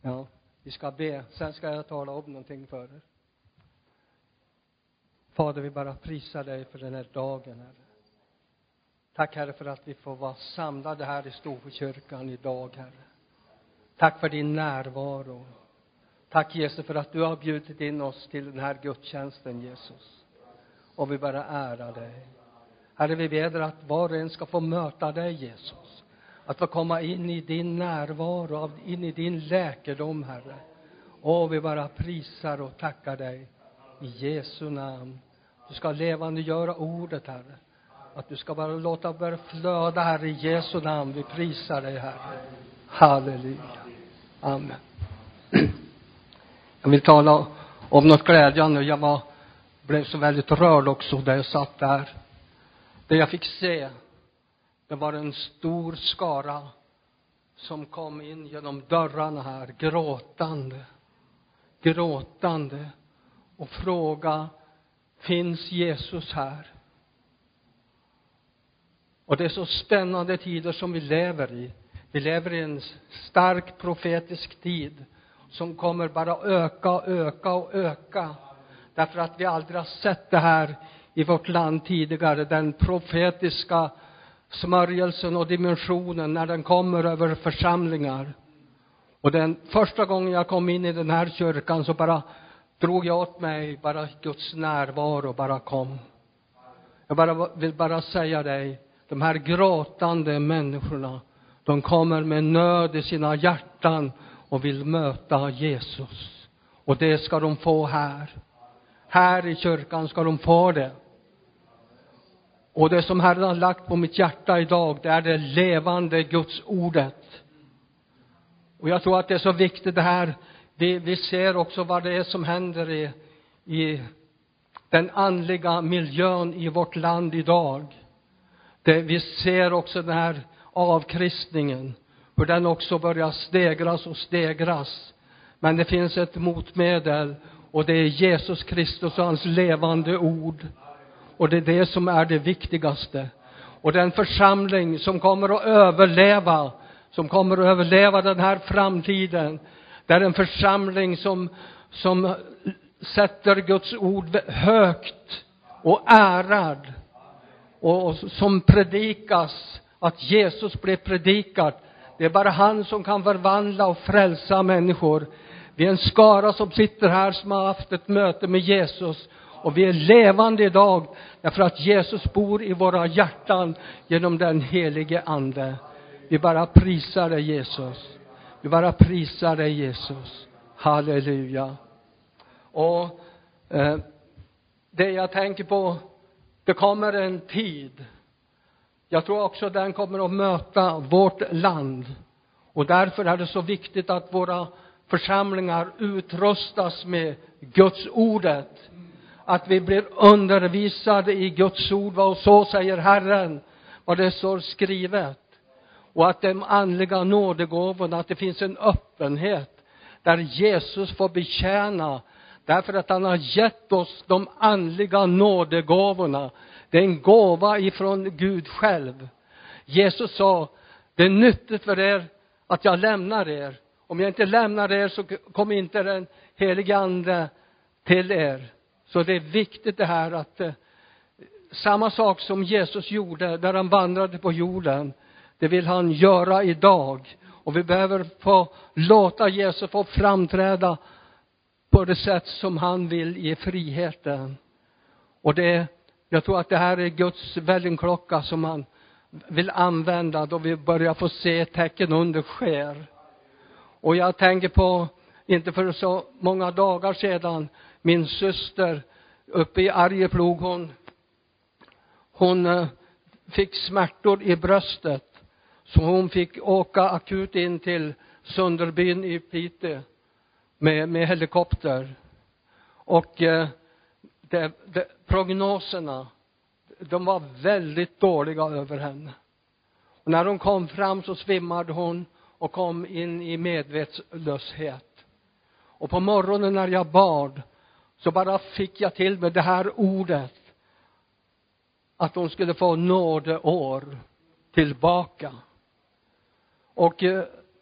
Ja, vi ska be. Sen ska jag tala om någonting för er. Fader, vi bara prisar dig för den här dagen, Herre. Tack, Herre, för att vi får vara samlade här i Storsjö-kyrkan idag, Herre. Tack för din närvaro. Tack, Jesus, för att du har bjudit in oss till den här gudstjänsten, Jesus. Och vi bara ärar dig. Herre, vi ber att var och en ska få möta dig, Jesus. Att få komma in i din närvaro, in i din läkedom, Herre. Och vi bara prisar och tackar dig i Jesu namn. Du ska levande göra ordet, Herre. Att du ska bara låta börja flöda, Herre, i Jesu namn. Vi prisar dig, Herre. Halleluja. Amen. Jag vill tala om något glädjande. Jag blev så väldigt rörd också där jag satt där. Det jag fick se, det var en stor skara som kom in genom dörrarna här, gråtande och fråga: finns Jesus här? Och det är så spännande tider som vi lever i. Vi lever i en stark profetisk tid som kommer bara öka. Därför att vi aldrig har sett det här i vårt land tidigare. Den profetiska smörjelsen och dimensionen när den kommer över församlingar. Och den första gången jag kom in i den här kyrkan så bara drog jag åt mig bara Guds närvaro bara kom. Jag vill bara säga dig, de här gråtande människorna, de kommer med nöd i sina hjärtan och vill möta Jesus. Och det ska de få här. Här i kyrkan ska de få det. Och det som Herren har lagt på mitt hjärta idag, det är det levande Guds ordet. Och jag tror att det är så viktigt det här. Vi ser också vad det är som händer i den andliga miljön i vårt land idag. Vi ser också den här avkristningen. Hur den också börjar stegras. Men det finns ett motmedel. Och det är Jesus Kristus och hans levande ord. Och det är det som är det viktigaste. Och den församling som kommer att överleva. Som kommer att överleva den här framtiden. Det är en församling som sätter Guds ord högt och ärad. Och som predikas. Att Jesus blir predikad. Det är bara han som kan förvandla och frälsa människor. Vi är en skara som sitter här som har haft ett möte med Jesus. Och vi är levande idag därför att Jesus bor i våra hjärtan genom den helige ande. Vi bara prisar dig, Jesus. Vi bara prisar dig, Jesus. Halleluja. Och det jag tänker på, det kommer en tid. Jag tror också den kommer att möta vårt land. Och därför är det så viktigt att våra församlingar utrustas med Guds ordet. Att vi blir undervisade i Guds ord. Och så säger Herren vad det står skrivet. Och att de andliga nådegåvorna, att det finns en öppenhet. Där Jesus får betjäna. Därför att han har gett oss de andliga nådegåvorna. Det är en gåva ifrån Gud själv. Jesus sa, det är nyttigt för er att jag lämnar er. Om jag inte lämnar er så kommer inte den helige ande till er. Så det är viktigt det här att samma sak som Jesus gjorde där han vandrade på jorden. Det vill han göra idag. Och vi behöver få låta Jesus få framträda på det sätt som han vill i friheten. Och jag tror att det här är Guds vällingklocka som han vill använda då vi börjar få se tecken under sker. Och jag tänker på, inte för så många dagar sedan, min syster uppe i Arjeplog, hon fick smärtor i bröstet. Så hon fick åka akut in till Sunderbyn i Piteå med helikopter. Och prognoserna, de var väldigt dåliga över henne. Och när hon kom fram så svimmade hon och kom in i medvetslöshet. Och på morgonen när jag bad så bara fick jag till med det här ordet. Att hon skulle få nådeår tillbaka. Och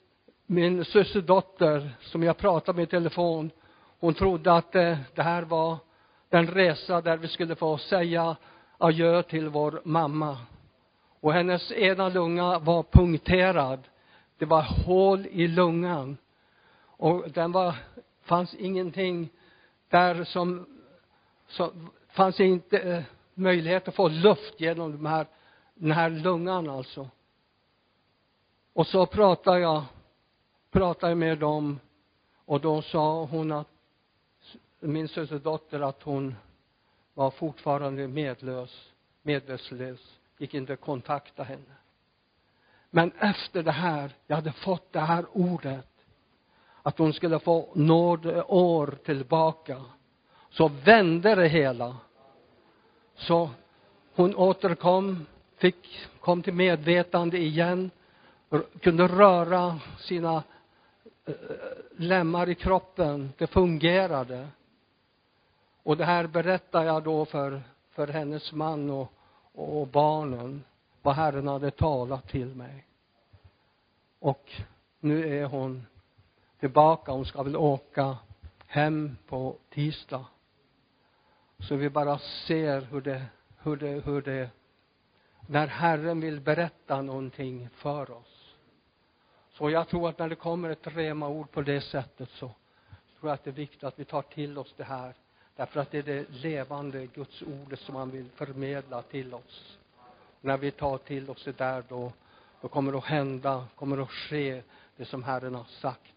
min systerdotter som jag pratade med i telefon, hon trodde att det här var den resa där vi skulle få säga adjö till vår mamma. Och hennes ena lunga var punkterad. Det var hål i lungan. Och fanns ingenting där som fanns inte möjlighet att få luft genom den här lungan alltså. Och så pratade jag med dem, och då sa hon att min systerdotter att hon var fortfarande medvetslös, gick inte att kontakta henne. Men efter det här, jag hade fått det här ordet att hon skulle få nådeår tillbaka, så vände det hela. Så hon återkom, kom till medvetande igen, kunde röra sina lemmar i kroppen. Det fungerade. Och det här berättar jag då för hennes man och barnen, vad Herren hade talat till mig. Och nu är hon tillbaka. Hon ska väl åka hem på tisdag. Så vi bara ser hur det när Herren vill berätta någonting för oss. Så jag tror att när det kommer ett rema-ord på det sättet, så tror jag att det är viktigt att vi tar till oss det här. Därför att det är det levande Guds ordet som han vill förmedla till oss. När vi tar till oss det där, då kommer det att hända, kommer det att ske det som Herren har sagt.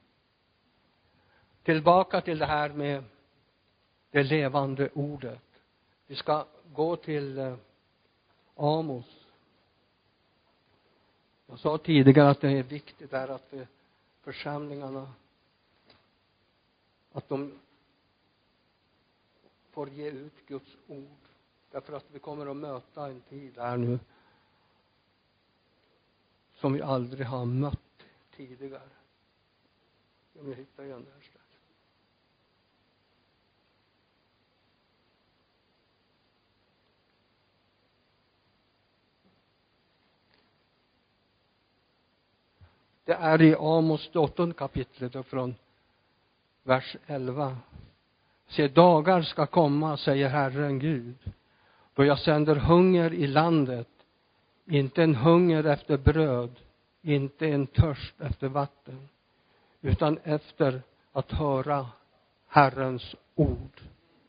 Tillbaka till det här med det levande ordet. Vi ska gå till Amos. Jag sa tidigare att det är viktigt där att församlingarna, att de får ge ut Guds ord. Därför att vi kommer att möta en tid här nu som vi aldrig har mött tidigare. Om jag hittar igen där strax. Det är i Amos 8 kapitlet från vers 11. Se, dagar ska komma, säger Herren Gud, då jag sänder hunger i landet, inte en hunger efter bröd, inte en törst efter vatten, utan efter att höra Herrens ord.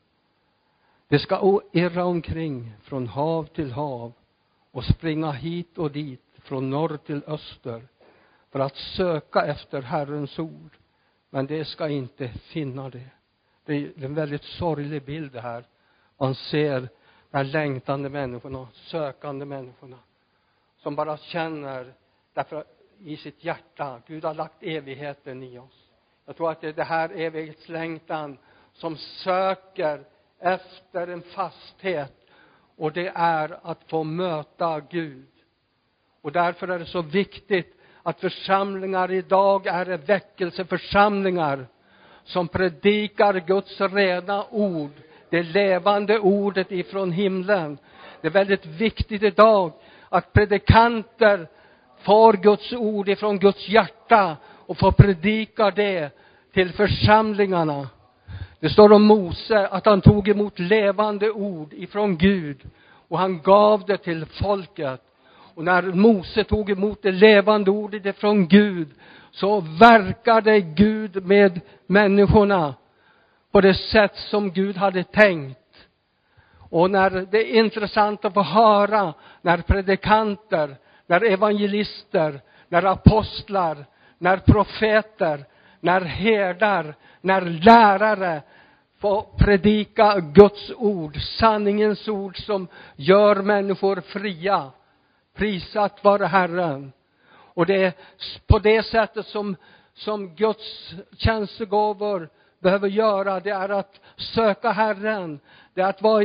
Det ska irra omkring från hav till hav och springa hit och dit från norr till öster för att söka efter Herrens ord, men det ska inte finna det. Det är en väldigt sorglig bild det här. Man ser de här längtande människorna, sökande människorna, som bara känner därför i sitt hjärta, Gud har lagt evigheten i oss. Jag tror att det är det här evighetslängtan som söker efter en fasthet, och det är att få möta Gud. Och därför är det så viktigt att församlingar idag är väckelseförsamlingar som predikar Guds rena ord, det levande ordet ifrån himlen. Det är väldigt viktigt idag att predikanter får Guds ord ifrån Guds hjärta och får predika det till församlingarna. Det står om Mose att han tog emot levande ord ifrån Gud och han gav det till folket. Och när Mose tog emot det levande ordet ifrån Gud, så verkade Gud med människorna på det sätt som Gud hade tänkt. Och när det är intressant att få höra när predikanter, när evangelister, när apostlar, när profeter, när herdar, när lärare får predika Guds ord, sanningens ord som gör människor fria. Prisat vare Herren. Och det är på det sättet som Guds tjänstegåvor behöver göra. Det är att söka Herren. Det är att vara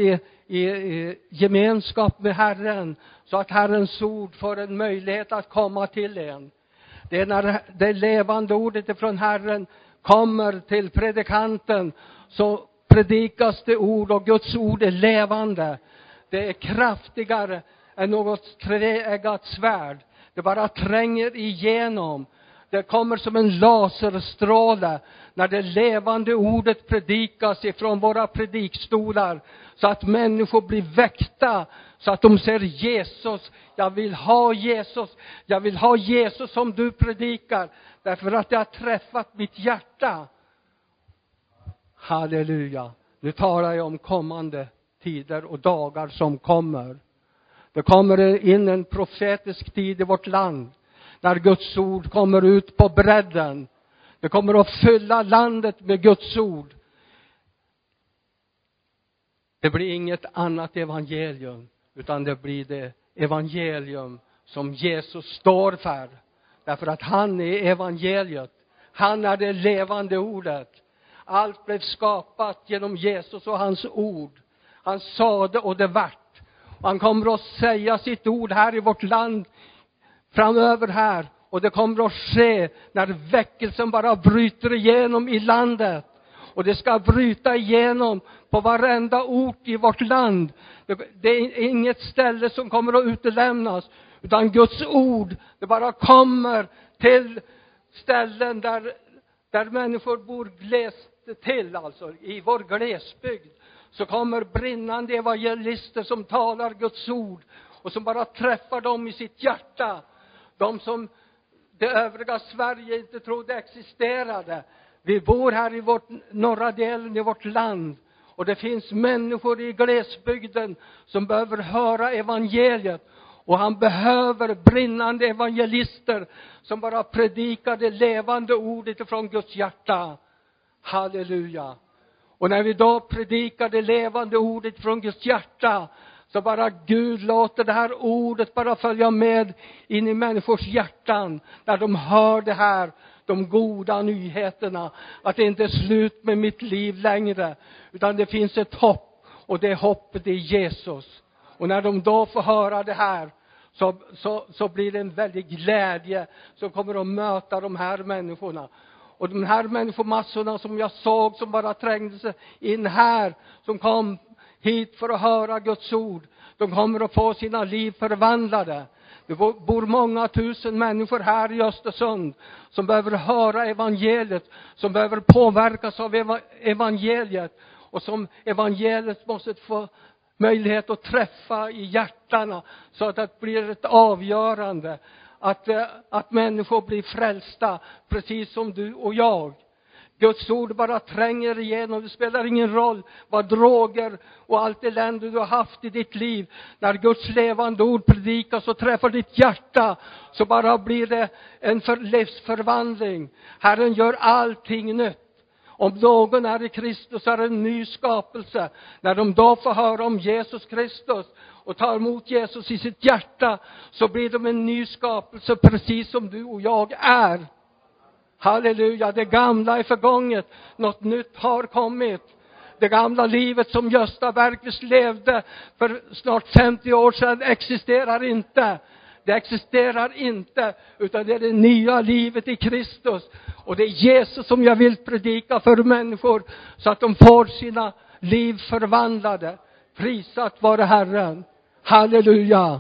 i gemenskap med Herren, så att Herrens ord får en möjlighet att komma till en. Det är när det levande ordet från Herren kommer till predikanten, så predikas det ord, och Guds ord är levande. Det är kraftigare än något tveeggat svärd. Det bara tränger igenom. Det kommer som en laserstråle när det levande ordet predikas ifrån våra predikstolar. Så att människor blir väckta. Så att de ser Jesus. Jag vill ha Jesus. Jag vill ha Jesus som du predikar. Därför att det har träffat mitt hjärta. Halleluja. Nu talar jag om kommande tider och dagar som kommer. Det kommer in en profetisk tid i vårt land. När Guds ord kommer ut på bredden. Det kommer att fylla landet med Guds ord. Det blir inget annat evangelium. Utan det blir det evangelium som Jesus står för. Därför att han är evangeliet. Han är det levande ordet. Allt blev skapat genom Jesus och hans ord. Han sa det och det vart. Han kommer att säga sitt ord här i vårt land framöver här. Och det kommer att ske när väckelsen bara bryter igenom i landet. Och det ska bryta igenom på varenda ort i vårt land. Det är inget ställe som kommer att utelämnas. Utan Guds ord, det bara kommer till ställen där människor bor glest till. Alltså i vår glesbygd. Så kommer brinnande evangelister som talar Guds ord. Och som bara träffar dem i sitt hjärta. De som det övriga Sverige inte trodde existerade. Vi bor här i vårt norra delen i vårt land. Och det finns människor i glesbygden som behöver höra evangeliet. Och han behöver brinnande evangelister som bara predikar det levande ordet från Guds hjärta. Halleluja. Och när vi då predikar det levande ordet från Guds hjärta, så bara Gud låter det här ordet bara följa med in i människors hjärtan. När de hör det här, de goda nyheterna. Att det inte är slut med mitt liv längre. Utan det finns ett hopp. Och det hoppet är Jesus. Och när de då får höra det här, så blir det en väldig glädje som kommer att möta de här människorna. Och de här människomassorna som jag såg som bara trängde sig in här, som kom hit för att höra Guds ord, de kommer att få sina liv förvandlade. Det bor många tusen människor här i Östersund som behöver höra evangeliet, som behöver påverkas av evangeliet, och som evangeliet måste få möjlighet att träffa i hjärtarna, så att det blir ett avgörande. Att människor blir frälsta, precis som du och jag. Guds ord bara tränger igenom. Det spelar ingen roll vad droger och allt elände du har haft i ditt liv. När Guds levande ord predikas och träffar ditt hjärta, så bara blir det en livsförvandling. Herren gör allting nytt. Om någon är i Kristus är en ny skapelse. När de då får höra om Jesus Kristus och tar emot Jesus i sitt hjärta, så blir de en ny skapelse, precis som du och jag är. Halleluja, det gamla är förgånget. Något nytt har kommit. Det gamla livet som Gösta Bergqvist levde för snart 50 år sedan existerar inte. Det existerar inte, utan det är det nya livet i Kristus. Och det är Jesus som jag vill predika för människor, så att de får sina liv förvandlade. Prisat vare Herren. Halleluja.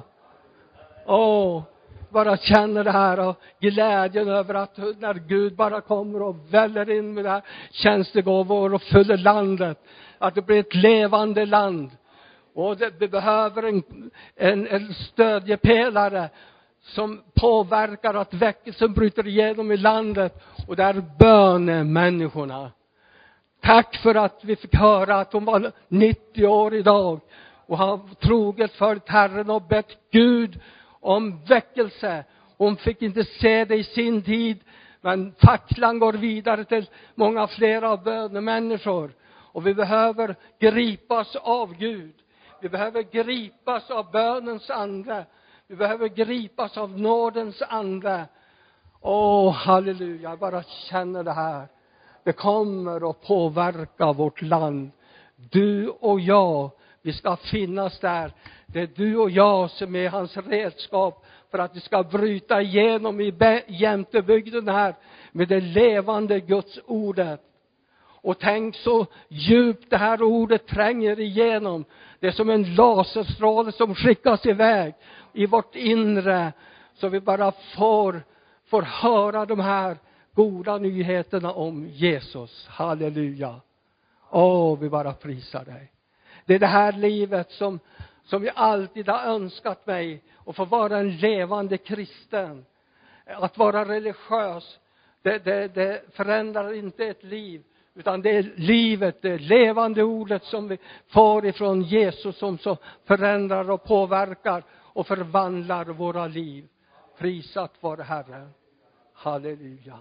Bara känner det här och glädjen över att när Gud bara kommer och väller in med det här tjänstegåvor och fyller landet. Att det blir ett levande land. Och det behöver en stödjepelare som påverkar att väckelsen bryter igenom i landet. Och det är bönemänniskorna. Tack för att vi fick höra att de var 90 år idag. Och har troget följt Herren och bett Gud om väckelse. Hon fick inte se det i sin tid. Men facklan går vidare till många fler av bönemänniskor. Och vi behöver gripas av Gud. Vi behöver gripas av bönens ande. Vi behöver gripas av nådens ande. Halleluja, jag bara känner det här. Det kommer att påverka vårt land. Du och jag, vi ska finnas där. Det är du och jag som är hans redskap för att vi ska bryta igenom i Jämtebygden här med det levande Guds ordet. Och tänk så djupt det här ordet tränger igenom. Det är som en laserstråle som skickas iväg i vårt inre. Så vi bara får får höra de här goda nyheterna om Jesus. Halleluja. Vi bara prisar dig. Det är det här livet som jag alltid har önskat mig. Att få vara en levande kristen. Att vara religiös. Det förändrar inte ett liv. Utan det är livet, det levande ordet som vi får ifrån Jesus. Som så förändrar och påverkar och förvandlar våra liv. Prisat vare Herren. Halleluja.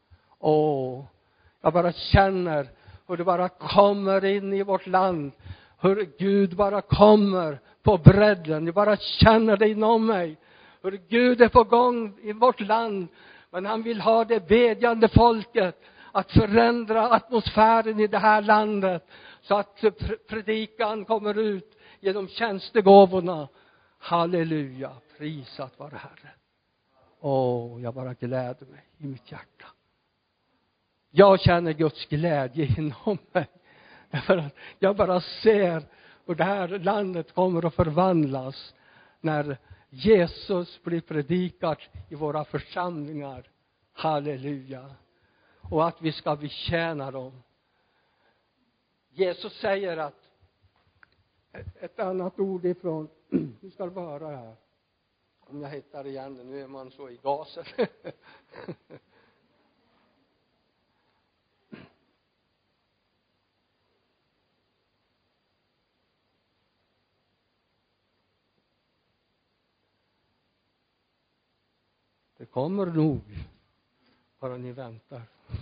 Jag bara känner hur det bara kommer in i vårt land. Hur Gud bara kommer på bredden. Jag bara känner det inom mig. Hur Gud är på gång i vårt land. Men han vill ha det bedjande folket. Att förändra atmosfären i det här landet. Så att predikan kommer ut genom tjänstegåvorna. Halleluja. Prisat vare Herre. Jag bara gläder mig i mitt hjärta. Jag känner Guds glädje inom mig. Därför att jag bara ser hur det här landet kommer att förvandlas. När Jesus blir predikat i våra församlingar. Halleluja. Och att vi ska betjäna dem. Jesus säger att ett annat ord ifrån, vi ska höra här. Om jag hittar igen det, nu är man så i gasen. Det kommer nog. Bara ni väntar.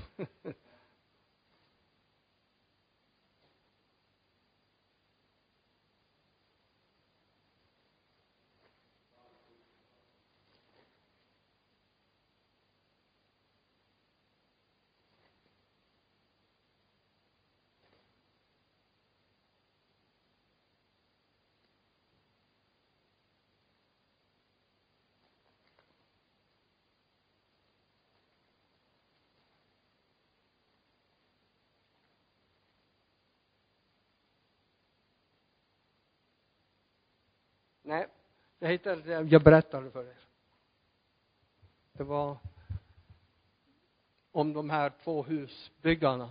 Nej, jag berättade för er. Det var om de här 2 husbyggarna.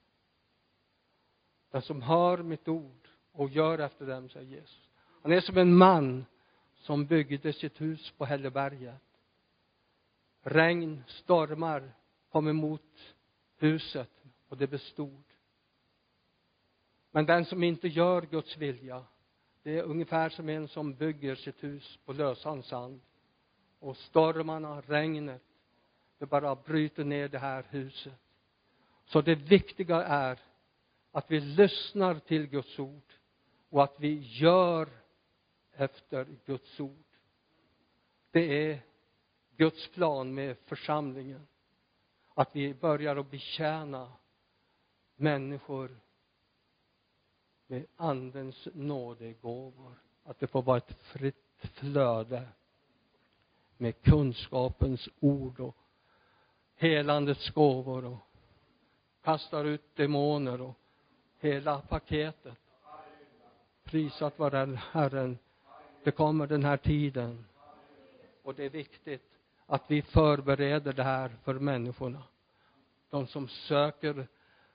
Den som hör mitt ord och gör efter dem, säger Jesus. Han är som en man som byggde sitt hus på Hälleberget. Regn, stormar kom emot huset och det bestod. Men den som inte gör Guds vilja, det är ungefär som en som bygger sitt hus på lösan sand. Och stormarna, regnet, det bara bryter ner det här huset. Så det viktiga är att vi lyssnar till Guds ord. Och att vi gör efter Guds ord. Det är Guds plan med församlingen. Att vi börjar att betjäna människor med andens nådegåvor. Att det får vara ett fritt flöde med kunskapens ord och helandets gåvor och kastar ut demoner och hela paketet. Prisat vare Herren. Det kommer den här tiden. Och det är viktigt att vi förbereder det här för människorna. De som söker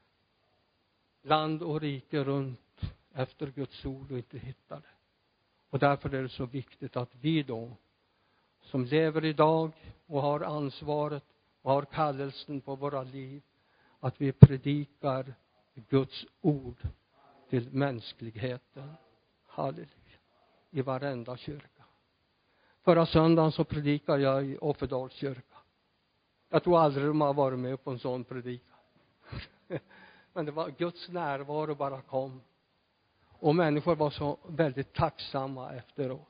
land och rike runt efter Guds ord och inte hittar det. Och därför är det så viktigt att vi då, som lever idag och har ansvaret och har kallelsen på våra liv, att vi predikar Guds ord till mänskligheten. Halleluja. I varenda kyrka. Förra söndagen så predikar jag i Offerdals kyrka. Jag tror aldrig de har varit med på en sån predikan. Men det var Guds närvaro bara kom. Och människor var så väldigt tacksamma efteråt.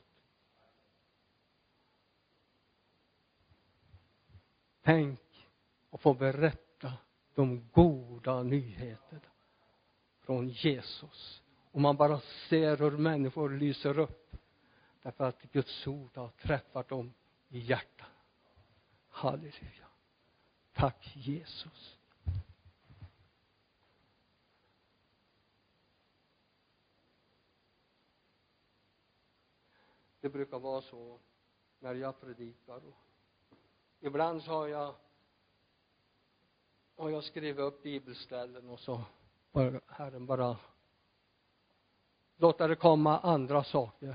Tänk att få berätta de goda nyheterna från Jesus. Och man bara ser hur människor lyser upp. Därför att Guds ord har träffat dem i hjärtat. Halleluja. Tack Jesus. Det brukar vara så när jag predikar. ibland så har jag skrivit upp bibelställen och så har Herren bara låta det komma andra saker.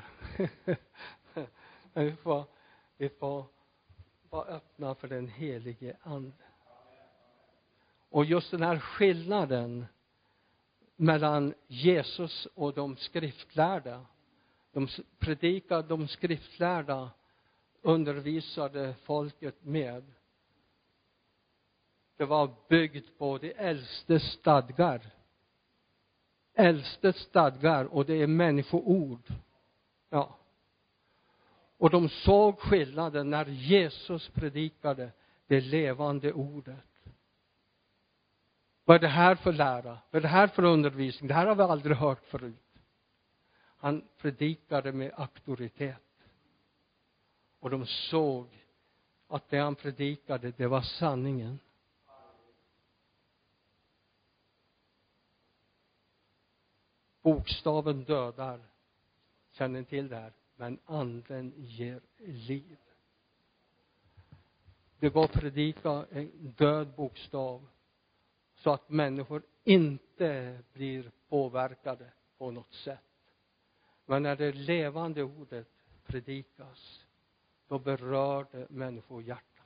Men vi får vara öppna för den helige ande. Och just den här skillnaden mellan Jesus och de skriftlärda. De skriftlärda undervisade folket med. Det var byggt på de äldstes stadgar. Äldstes stadgar, och det är människoord. Ja. Och de såg skillnaden när Jesus predikade det levande ordet. Vad är det här för lära? Vad är det här för undervisning? Det här har vi aldrig hört förut. Han predikade med auktoritet. Och de såg att det han predikade, det var sanningen. Bokstaven dödar. Känner ni till det här? Men anden ger liv. Det går att predika en död bokstav så att människor inte blir påverkade på något sätt. Men när det levande ordet predikas, då berör det människohjärtan.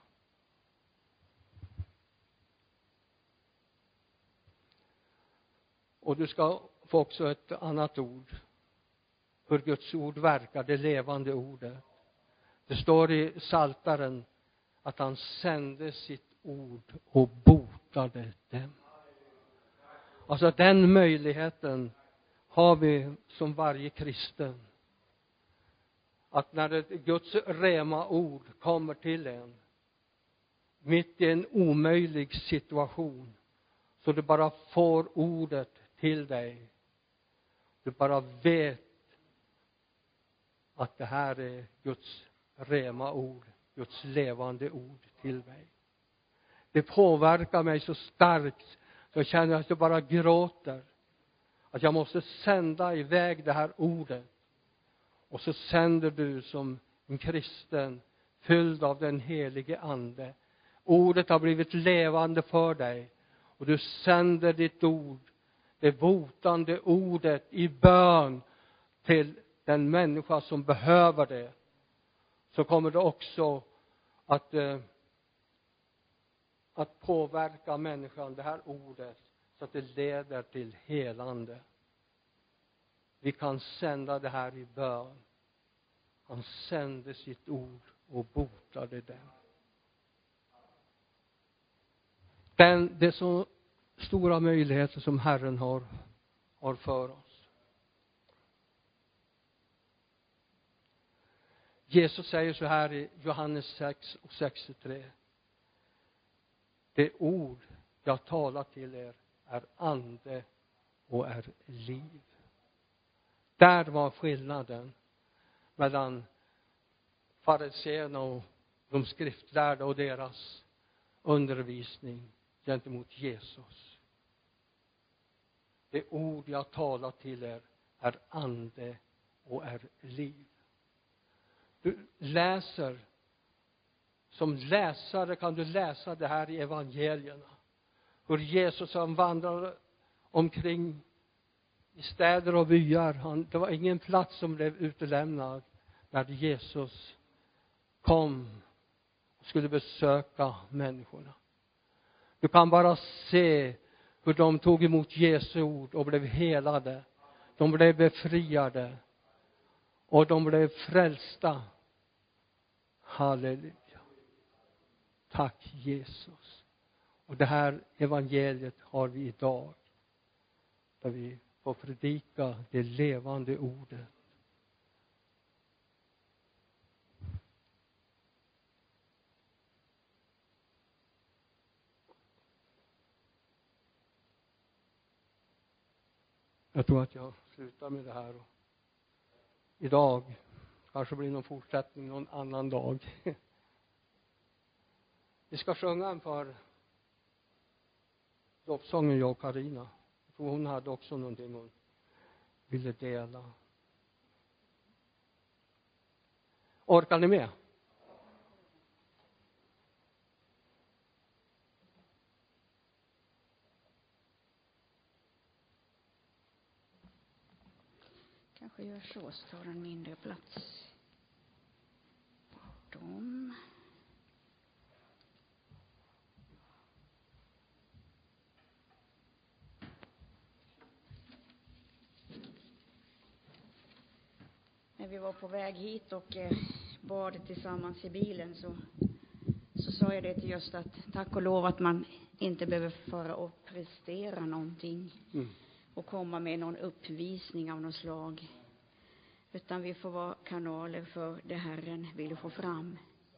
Och du ska få också ett annat ord. Hur Guds ord verkar, det levande ordet. Det står i Psaltaren att han sände sitt ord och botade dem. Alltså den möjligheten har vi som varje kristen. Att när det Guds rema ord kommer till en, mitt i en omöjlig situation, så du bara får ordet till dig. Du bara vet att det här är Guds rema ord, Guds levande ord till mig. Det påverkar mig så starkt så jag känner att jag bara gråter. Att jag måste sända iväg det här ordet. Och så sänder du som en kristen, fylld av den helige ande. Ordet har blivit levande för dig. Och du sänder ditt ord, det botande ordet, i bön till den människa som behöver det. Så kommer det också att påverka människan, det här ordet, så att det leder till helande. Vi kan sända det här i bön. Han sände sitt ord och botade den. Det är så stora möjligheter som Herren har för oss. Jesus säger så här i Johannes 6 och 63. Det ord jag talar till er är ande och är liv. Där var skillnaden mellan fariséerna och de skriftlärda och deras undervisning gentemot Jesus. Det ord jag talar till er är ande och är liv. Du läser, som läsare kan du läsa det här i evangelierna. Hur Jesus han vandrar omkring i städer och byar. Det var ingen plats som blev utelämnad när Jesus kom och skulle besöka människorna. Du kan bara se hur de tog emot Jesu ord och blev helade. De blev befriade. Och de blev frälsta. Halleluja. Tack Jesus. Och det här evangeliet har vi idag. Där vi får predika det levande ordet. Jag tror att jag slutar med det här. Idag kanske blir någon fortsättning någon annan dag. Vi ska sjunga en för lovsången, jag och Karina. Jag tror hon hade också någonting hon ville dela. Orkar ni med? Kanske gör så tar en mindre plats. Bortom. När vi var på väg hit och bad tillsammans i bilen så sa jag det till just att tack och lov att man inte behöver föra och prestera någonting och komma med någon uppvisning av något slag, utan vi får vara kanaler för det Herren vill få fram.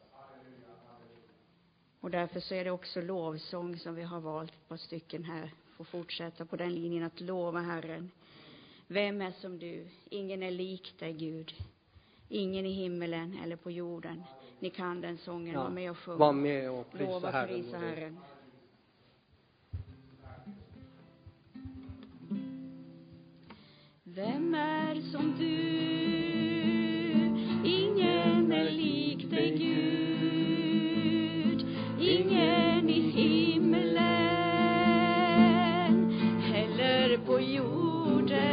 Och därför så är det också lovsång som vi har valt ett par stycken här, får fortsätta på den linjen att lova Herren. Vem är som du? Ingen är lik dig, Gud. Ingen i himmelen eller på jorden. Ni kan den sången, var med och sjung. Var med och prisa lova, Herren. prisa Herren. Vem är som du? Ingen är lik dig, Gud. Ingen i himmelen eller på jorden.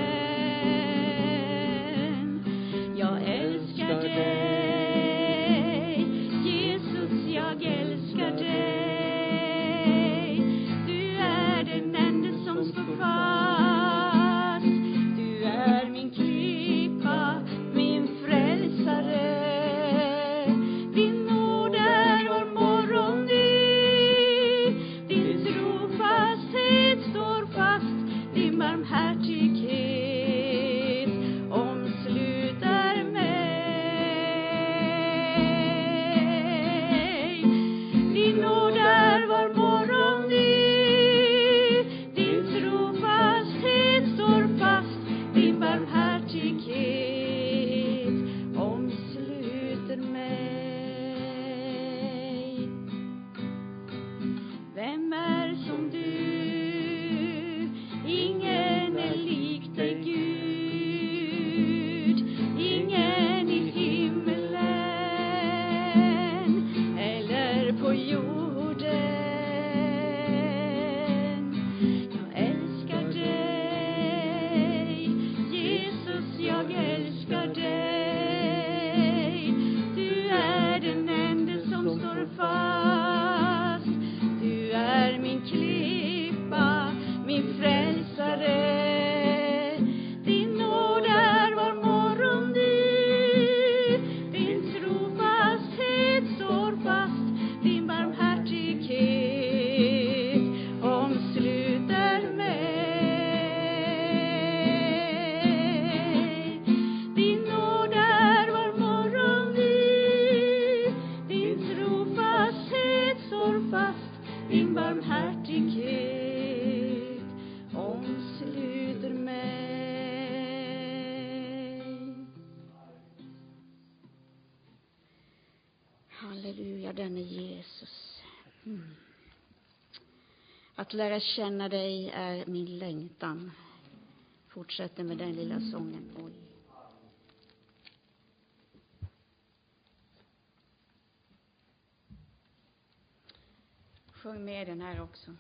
Jag älskar dig, Jesus, jag älskar dig. Du är den enda som står fast. Du är min klippa, min frälsare. Din nåd är var morgon ny. Din trofasthet står fast. Din barmhärtighet omsluter mig. Din nåd är var morgon ny. Din trofasthet står fast. Din barmhärtighet omsluter mig. Vem är som du? Ingen är lik dig, Gud. Ingen i himmelen eller på jorden. Jag älskar dig, Jesus, jag älskar dig. Du är den enda som står fast. Du är min klippa, min frälsare. Din nåd är var morgon ny. Din trofasthet står fast. Din barmhärtighet omsluter mig. Din nåd är var morgon ny. Din trofasthet står fast. Din barmhärtighet omsluter mig. Halleluja, den är Jesus. Att lära känna dig är min längtan. Fortsätter med den lilla sången. Oj. Sjung med den här också.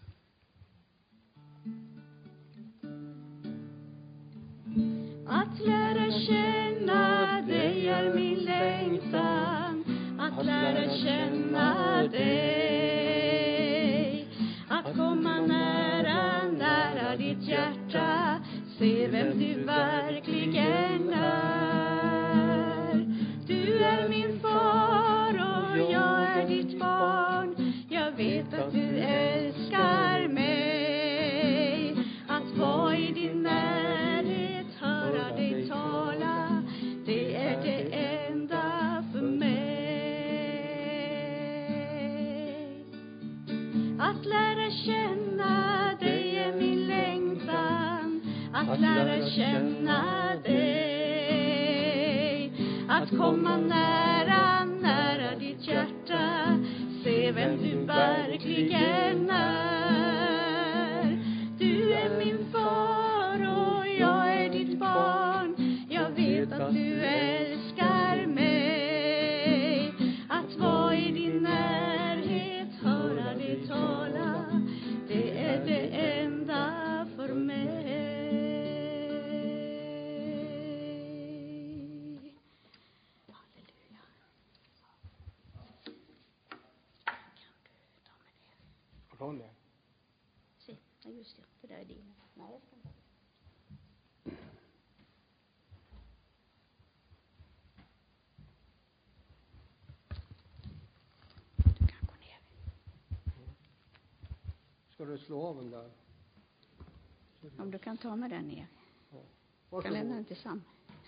Att lära känna dig är min längtan. Att lära känna dig. Att komma nära, nära ditt hjärta. Se vem du verkligen är. Du är min far och jag är ditt barn. Jag vet att du älskar mig. Att vara i din närhet, höra dig tala, det är det enda för mig. Att lära känna dig är min längtan. Att lära känna dig. Att komma nära, nära ditt hjärta. Se vem du verkligen är. Du är min far och jag är ditt barn. Jag vet att du älskar mig. Att vara i din närhet, höra dig tala, det är det enda för mig. se. Ja, just det. Det där är din. Nej, jag ska inte. Du kan gå ner. Ska du slå av den där? Om du kan ta med den ner. Ja. Jag kan lämna den till Sam.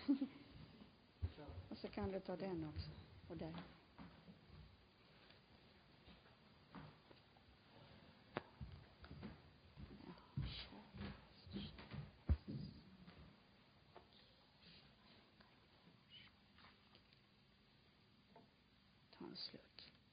Och så kan du ta den också. Och den. Ta en slurk.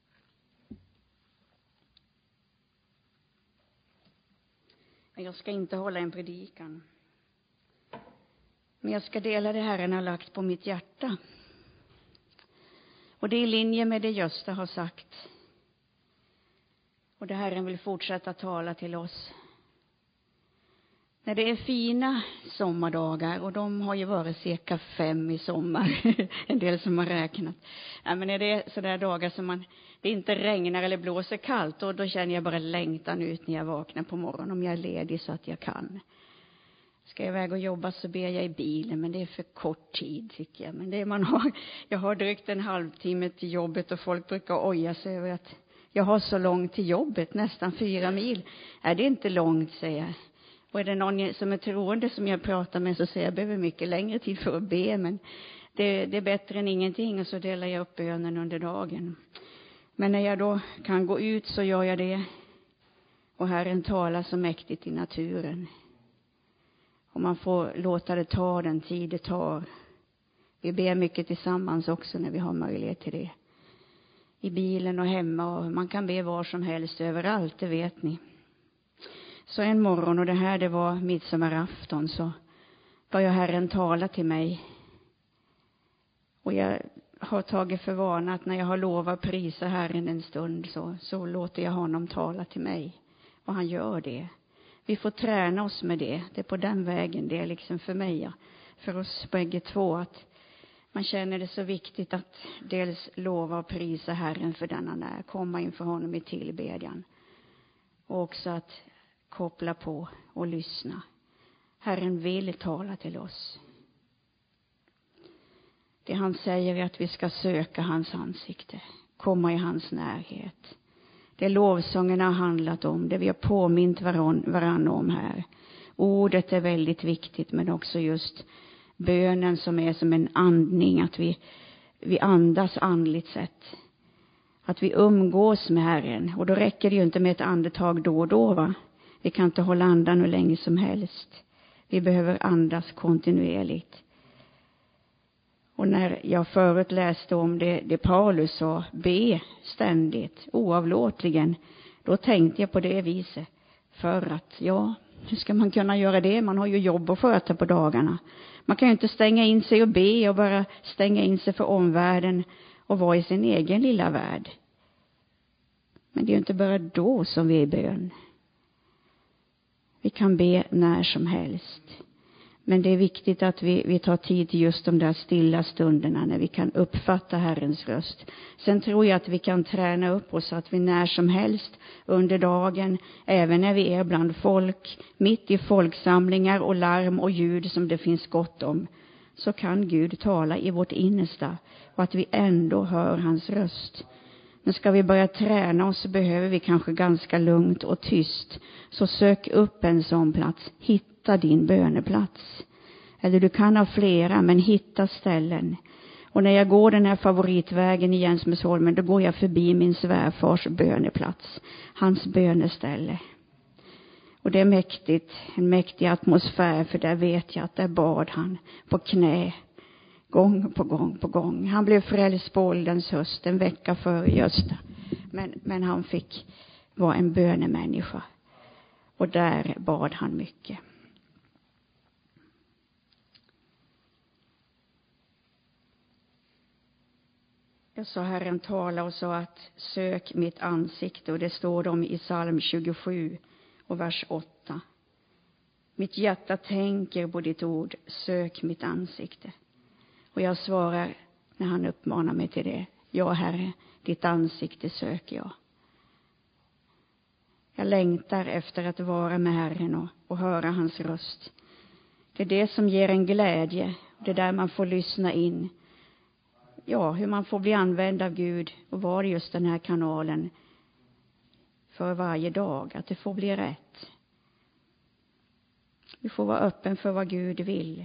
Jag ska inte hålla en predikan. Men jag ska dela det Herren har lagt på mitt hjärta. Och det är i linje med det Gösta har sagt. Och det Herren vill fortsätta tala till oss. När det är fina sommardagar, och de har ju varit cirka 5 i sommar, en del som har räknat. Ja, men när det är sådär dagar som det inte regnar eller blåser kallt, och då känner jag bara längtan ut när jag vaknar på morgonen, om jag är ledig så att jag kan. Ska jag iväg och jobba så ber jag i bilen, men det är för kort tid tycker jag. Men det jag har drygt en halvtimme till jobbet, och folk brukar oja sig över att jag har så långt till jobbet, nästan 4 mil. Är det inte långt, säger jag. Och är det någon som är troende som jag pratar med, så säger jag behöver mycket längre tid för att be, men det är bättre än ingenting, och så delar jag upp bönen under dagen. Men när jag då kan gå ut så gör jag det, och Herren talar så mäktigt i naturen. Och man får låta det ta den tid det tar. Vi ber mycket tillsammans också när vi har möjlighet till det. I bilen och hemma, och man kan be var som helst, överallt, det vet ni. Så en morgon, och det var midsommarafton, så började Herren tala till mig. Och jag har tagit för vana att när jag har lovat prisa Herren en stund, så låter jag honom tala till mig. Och han gör det. Vi får träna oss med det. Det är på den vägen, det är liksom för mig, ja. För oss bägge två, att man känner det så viktigt att dels lova och prisa Herren för den han är. Komma inför honom i tillbedjan. Och också att koppla på och lyssna. Herren vill tala till oss. Det han säger är att vi ska söka hans ansikte. Komma i hans närhet. Det lovsången har handlat om. Det vi har påmint varann om här. Ordet är väldigt viktigt, men också just bönen som är som en andning. Att vi andas andligt sett. Att vi umgås med Herren. Och då räcker det ju inte med ett andetag då och då, va? Vi kan inte hålla andan hur länge som helst. Vi behöver andas kontinuerligt. Och när jag förut läste om det Paulus sa, be ständigt, oavlåtligen, då tänkte jag på det viset. För att, hur ska man kunna göra det? Man har ju jobb att sköta på dagarna. Man kan ju inte stänga in sig och be och bara stänga in sig för omvärlden och vara i sin egen lilla värld. Men det är ju inte bara då som vi är i bön. Vi kan be när som helst. Men det är viktigt att vi tar tid till just de där stilla stunderna när vi kan uppfatta Herrens röst. Sen tror jag att vi kan träna upp oss så att vi när som helst under dagen, även när vi är bland folk, mitt i folksamlingar och larm och ljud som det finns gott om, så kan Gud tala i vårt innersta och att vi ändå hör hans röst. Men ska vi börja träna oss så behöver vi kanske ganska lugnt och tyst. Så sök upp en sån plats. Hitta din böneplats. Eller du kan ha flera, men hitta ställen. Och när jag går den här favoritvägen i Jänsmäsholmen, då går jag förbi min svärfars böneplats. Hans böneställe. Och det är mäktigt. En mäktig atmosfär, för där vet jag att där bad han på knä. Gång på gång på gång. Han blev frälst på ålderns höst, en vecka före Gösta. Men han fick vara en bönemänniska. Och där bad han mycket. Jag sa Herren tala och sa att sök mitt ansikte. Och det står om i psalm 27 och vers 8. Mitt hjärta tänker på ditt ord, sök mitt ansikte. Och jag svarar när han uppmanar mig till det. Ja, Herre, ditt ansikte söker jag. Jag längtar efter att vara med Herren och höra hans röst. Det är det som ger en glädje. Det är där man får lyssna in. Ja, hur man får bli använd av Gud och vara just den här kanalen för varje dag. Att det får bli rätt. Vi får vara öppen för vad Gud vill.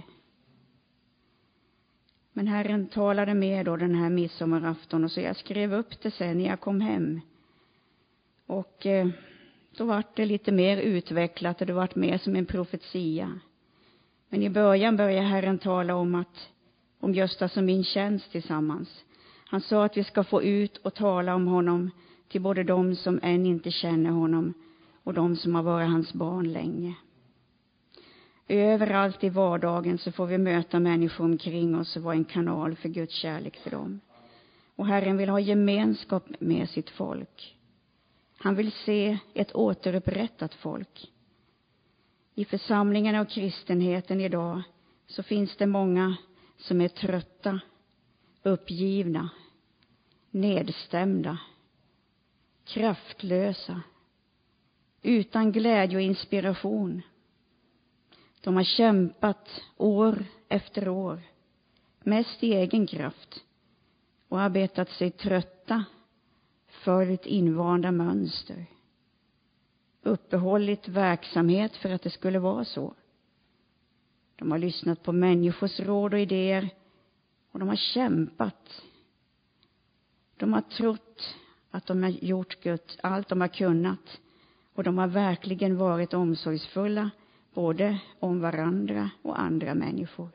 Men Herren talade med då den här midsommarafton, och så jag skrev upp det sen när jag kom hem. Och då var det lite mer utvecklat och det var mer som en profetia. Men i början började Herren tala om Gösta som min tjänst tillsammans. Han sa att vi ska få ut och tala om honom till både de som än inte känner honom och de som har varit hans barn länge. Överallt i vardagen så får vi möta människor omkring oss och vara en kanal för Guds kärlek för dem. Och Herren vill ha gemenskap med sitt folk. Han vill se ett återupprättat folk. I församlingarna och kristenheten idag så finns det många som är trötta, uppgivna, nedstämda, kraftlösa, utan glädje och inspiration. De har kämpat år efter år, mest i egen kraft, och arbetat sig trötta för ett invanda mönster. Uppehållit verksamhet för att det skulle vara så. De har lyssnat på människors råd och idéer och de har kämpat. De har trott att de har gjort allt de har kunnat, och de har verkligen varit omsorgsfulla både om varandra och andra människor.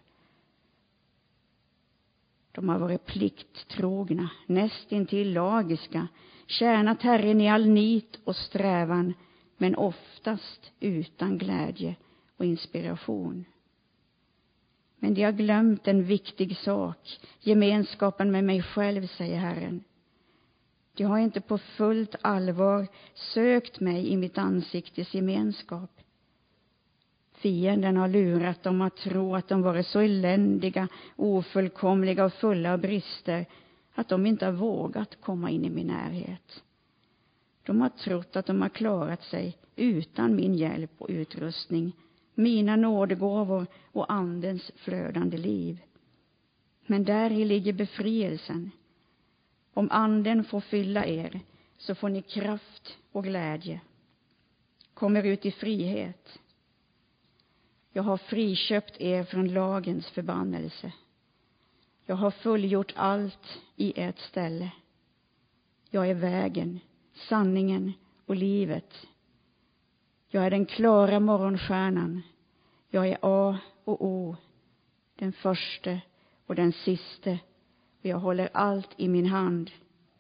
De har varit plikttrogna, nästintill lagiska, tjänat Herren i all nit och strävan, men oftast utan glädje och inspiration. Men de har glömt en viktig sak, gemenskapen med mig själv, säger Herren. De har inte på fullt allvar sökt mig i mitt ansiktes gemenskap. Fienden har lurat dem att tro att de varit så eländiga, ofullkomliga och fulla av brister att de inte har vågat komma in i min närhet. De har trott att de har klarat sig utan min hjälp och utrustning, mina nådegåvor och andens flödande liv. Men där ligger befrielsen. Om anden får fylla er så får ni kraft och glädje. Kommer ut i frihet. Jag har friköpt er från lagens förbannelse. Jag har fullgjort allt i ert ställe. Jag är vägen, sanningen och livet. Jag är den klara morgonstjärnan. Jag är A och O, den första och den siste. Och jag håller allt i min hand.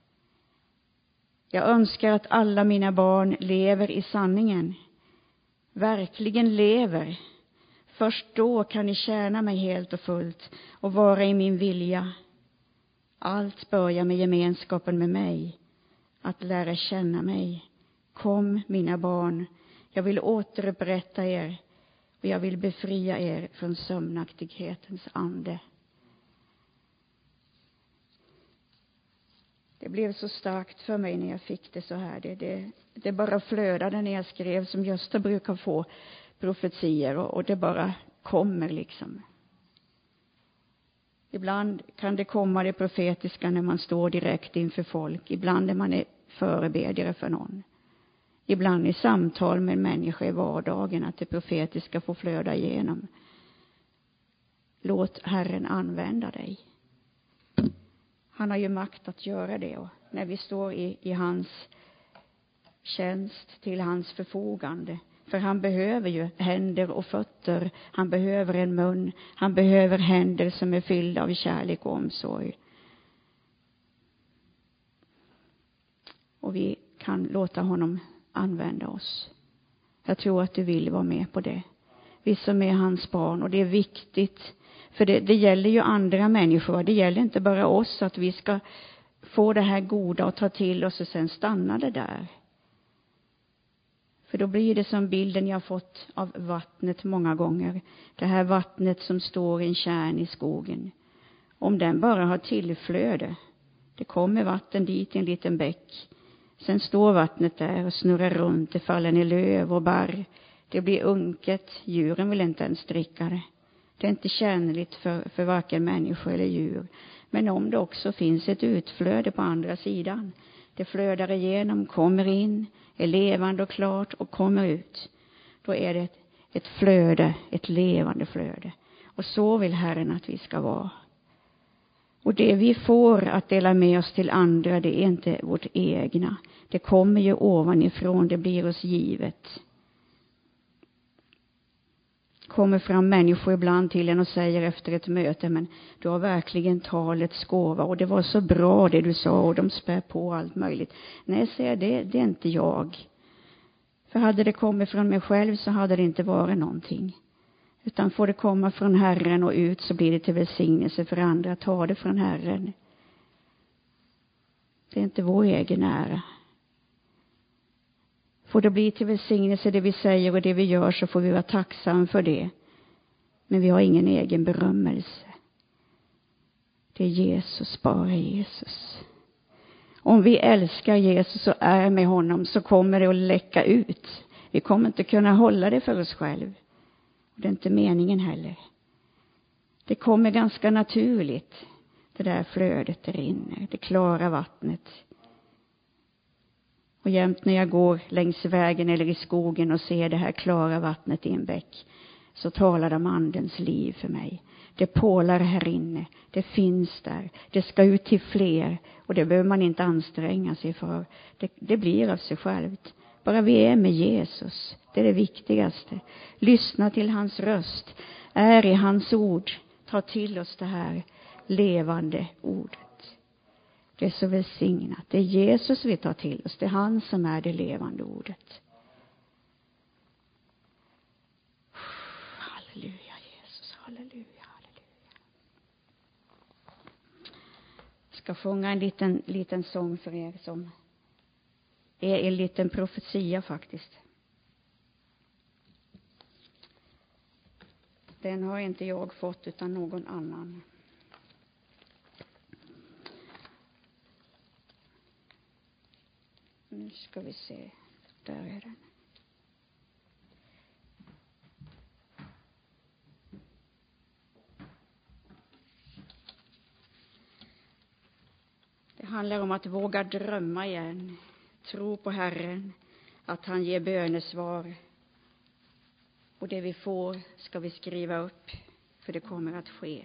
Jag önskar att alla mina barn lever i sanningen. Verkligen lever. Först då kan ni tjäna mig helt och fullt och vara i min vilja. Allt börjar med gemenskapen med mig. Att lära känna mig. Kom, mina barn. Jag vill återupprätta er. Och jag vill befria er från sömnaktighetens ande. Det blev så starkt för mig när jag fick det så här. Det bara flödade när jag skrev, som Gösta brukar få profetier, och det bara kommer liksom. Ibland kan det komma det profetiska när man står direkt inför folk. Ibland när man är förebedjare för någon. Ibland i samtal med människor i vardagen, att det profetiska får flöda igenom. Låt Herren använda dig. Han har ju makt att göra det, och när vi står i hans tjänst till hans förfogande. För han behöver ju händer och fötter. Han behöver en mun. Han behöver händer som är fyllda av kärlek och omsorg. Och vi kan låta honom använda oss. Jag tror att du vill vara med på det. Vi som är hans barn, och det är viktigt. För det gäller ju andra människor. Det gäller inte bara oss, att vi ska få det här goda och ta till oss och sen stanna det där. För då blir det som bilden jag fått av vattnet många gånger. Det här vattnet som står i en kärn i skogen. Om den bara har tillflöde. Det kommer vatten dit i en liten bäck. Sen står vattnet där och snurrar runt. Det faller ner löv och barr. Det blir unket. Djuren vill inte ens dricka det. Det är inte tjänligt för varken människor eller djur. Men om det också finns ett utflöde på andra sidan. Det flödar igenom, kommer in, är levande och klart och kommer ut. Då är det ett flöde, ett levande flöde. Och så vill Herren att vi ska vara. Och det vi får att dela med oss till andra, det är inte vårt egna. Det kommer ju ovanifrån, det blir oss givet. Kommer fram människor ibland till en och säger efter ett möte, men du har verkligen talets gåva och det var så bra det du sa och de spär på allt möjligt. Nej, säger det är inte jag. För hade det kommit från mig själv så hade det inte varit någonting. Utan får det komma från Herren och ut så blir det till välsignelse för andra. Ta det från Herren. Det är inte vår egen ära. Får det bli till välsignelse det vi säger och det vi gör, så får vi vara tacksamma för det. Men vi har ingen egen berömmelse. Det är Jesus, bara Jesus. Om vi älskar Jesus och är med honom, så kommer det att läcka ut. Vi kommer inte kunna hålla det för oss själv. Det är inte meningen heller. Det kommer ganska naturligt. Det där flödet där inne. Det klara vattnet. Och jämt när jag går längs vägen eller i skogen och ser det här klara vattnet i en bäck, så talar det om andens liv för mig. Det pålar här inne. Det finns där. Det ska ut till fler. Och det behöver man inte anstränga sig för. Det blir av sig självt. Bara vi är med Jesus. Det är det viktigaste. Lyssna till hans röst. Är i hans ord. Ta till oss det här levande ordet. Det är så välsignat. Det är Jesus vi tar till oss. Det är han som är det levande ordet. Halleluja Jesus. Halleluja, halleluja. Jag ska sjunga en liten sång för er som är en liten profetia faktiskt. Den har inte jag fått utan någon annan. Nu ska vi se. Där är den. Det handlar om att våga drömma igen. Tro på Herren. Att han ger bönesvar. Och det vi får ska vi skriva upp. För det kommer att ske.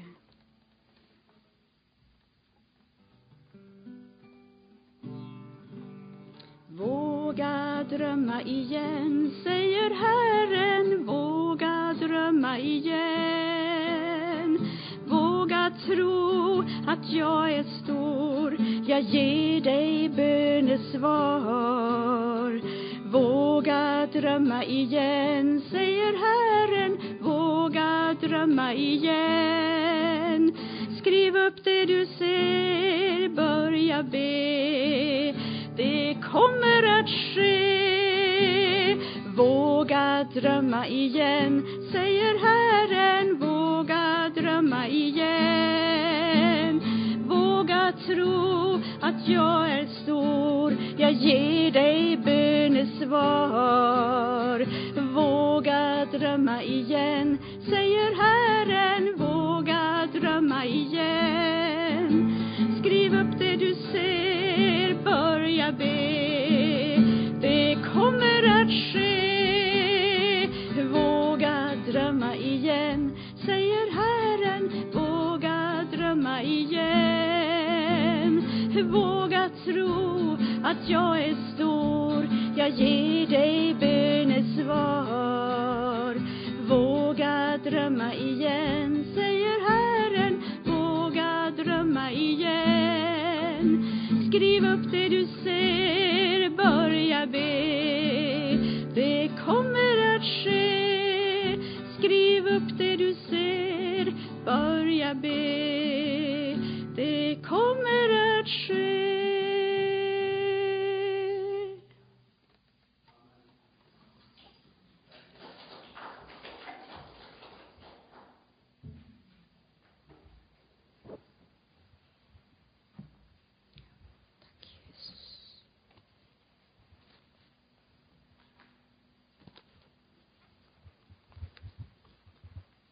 Våga drömma igen, säger Herren. Våga drömma igen. Våga tro att jag är stor. Jag ger dig bönesvar. Våga drömma igen, säger Herren. Våga drömma igen. Skriv upp det du ser, börja be. Det kommer att ske. Våga drömma igen, säger Herren. Våga drömma igen. Våga tro att jag är stor. Jag ger dig bönesvar. Våga drömma igen, säger Herren. Våga drömma igen. Skriv upp det du ser, börja be. Det kommer att ske. Våga drömma igen, säger Herren. Våga drömma igen. Våga tro att jag är stor. Jag ger dig bönesvar. Våga drömma igen, säger Herren. Våga drömma igen. Skriv upp det du ser, börja be. Det kommer att ske. Skriv upp det du ser, börja be. Det kommer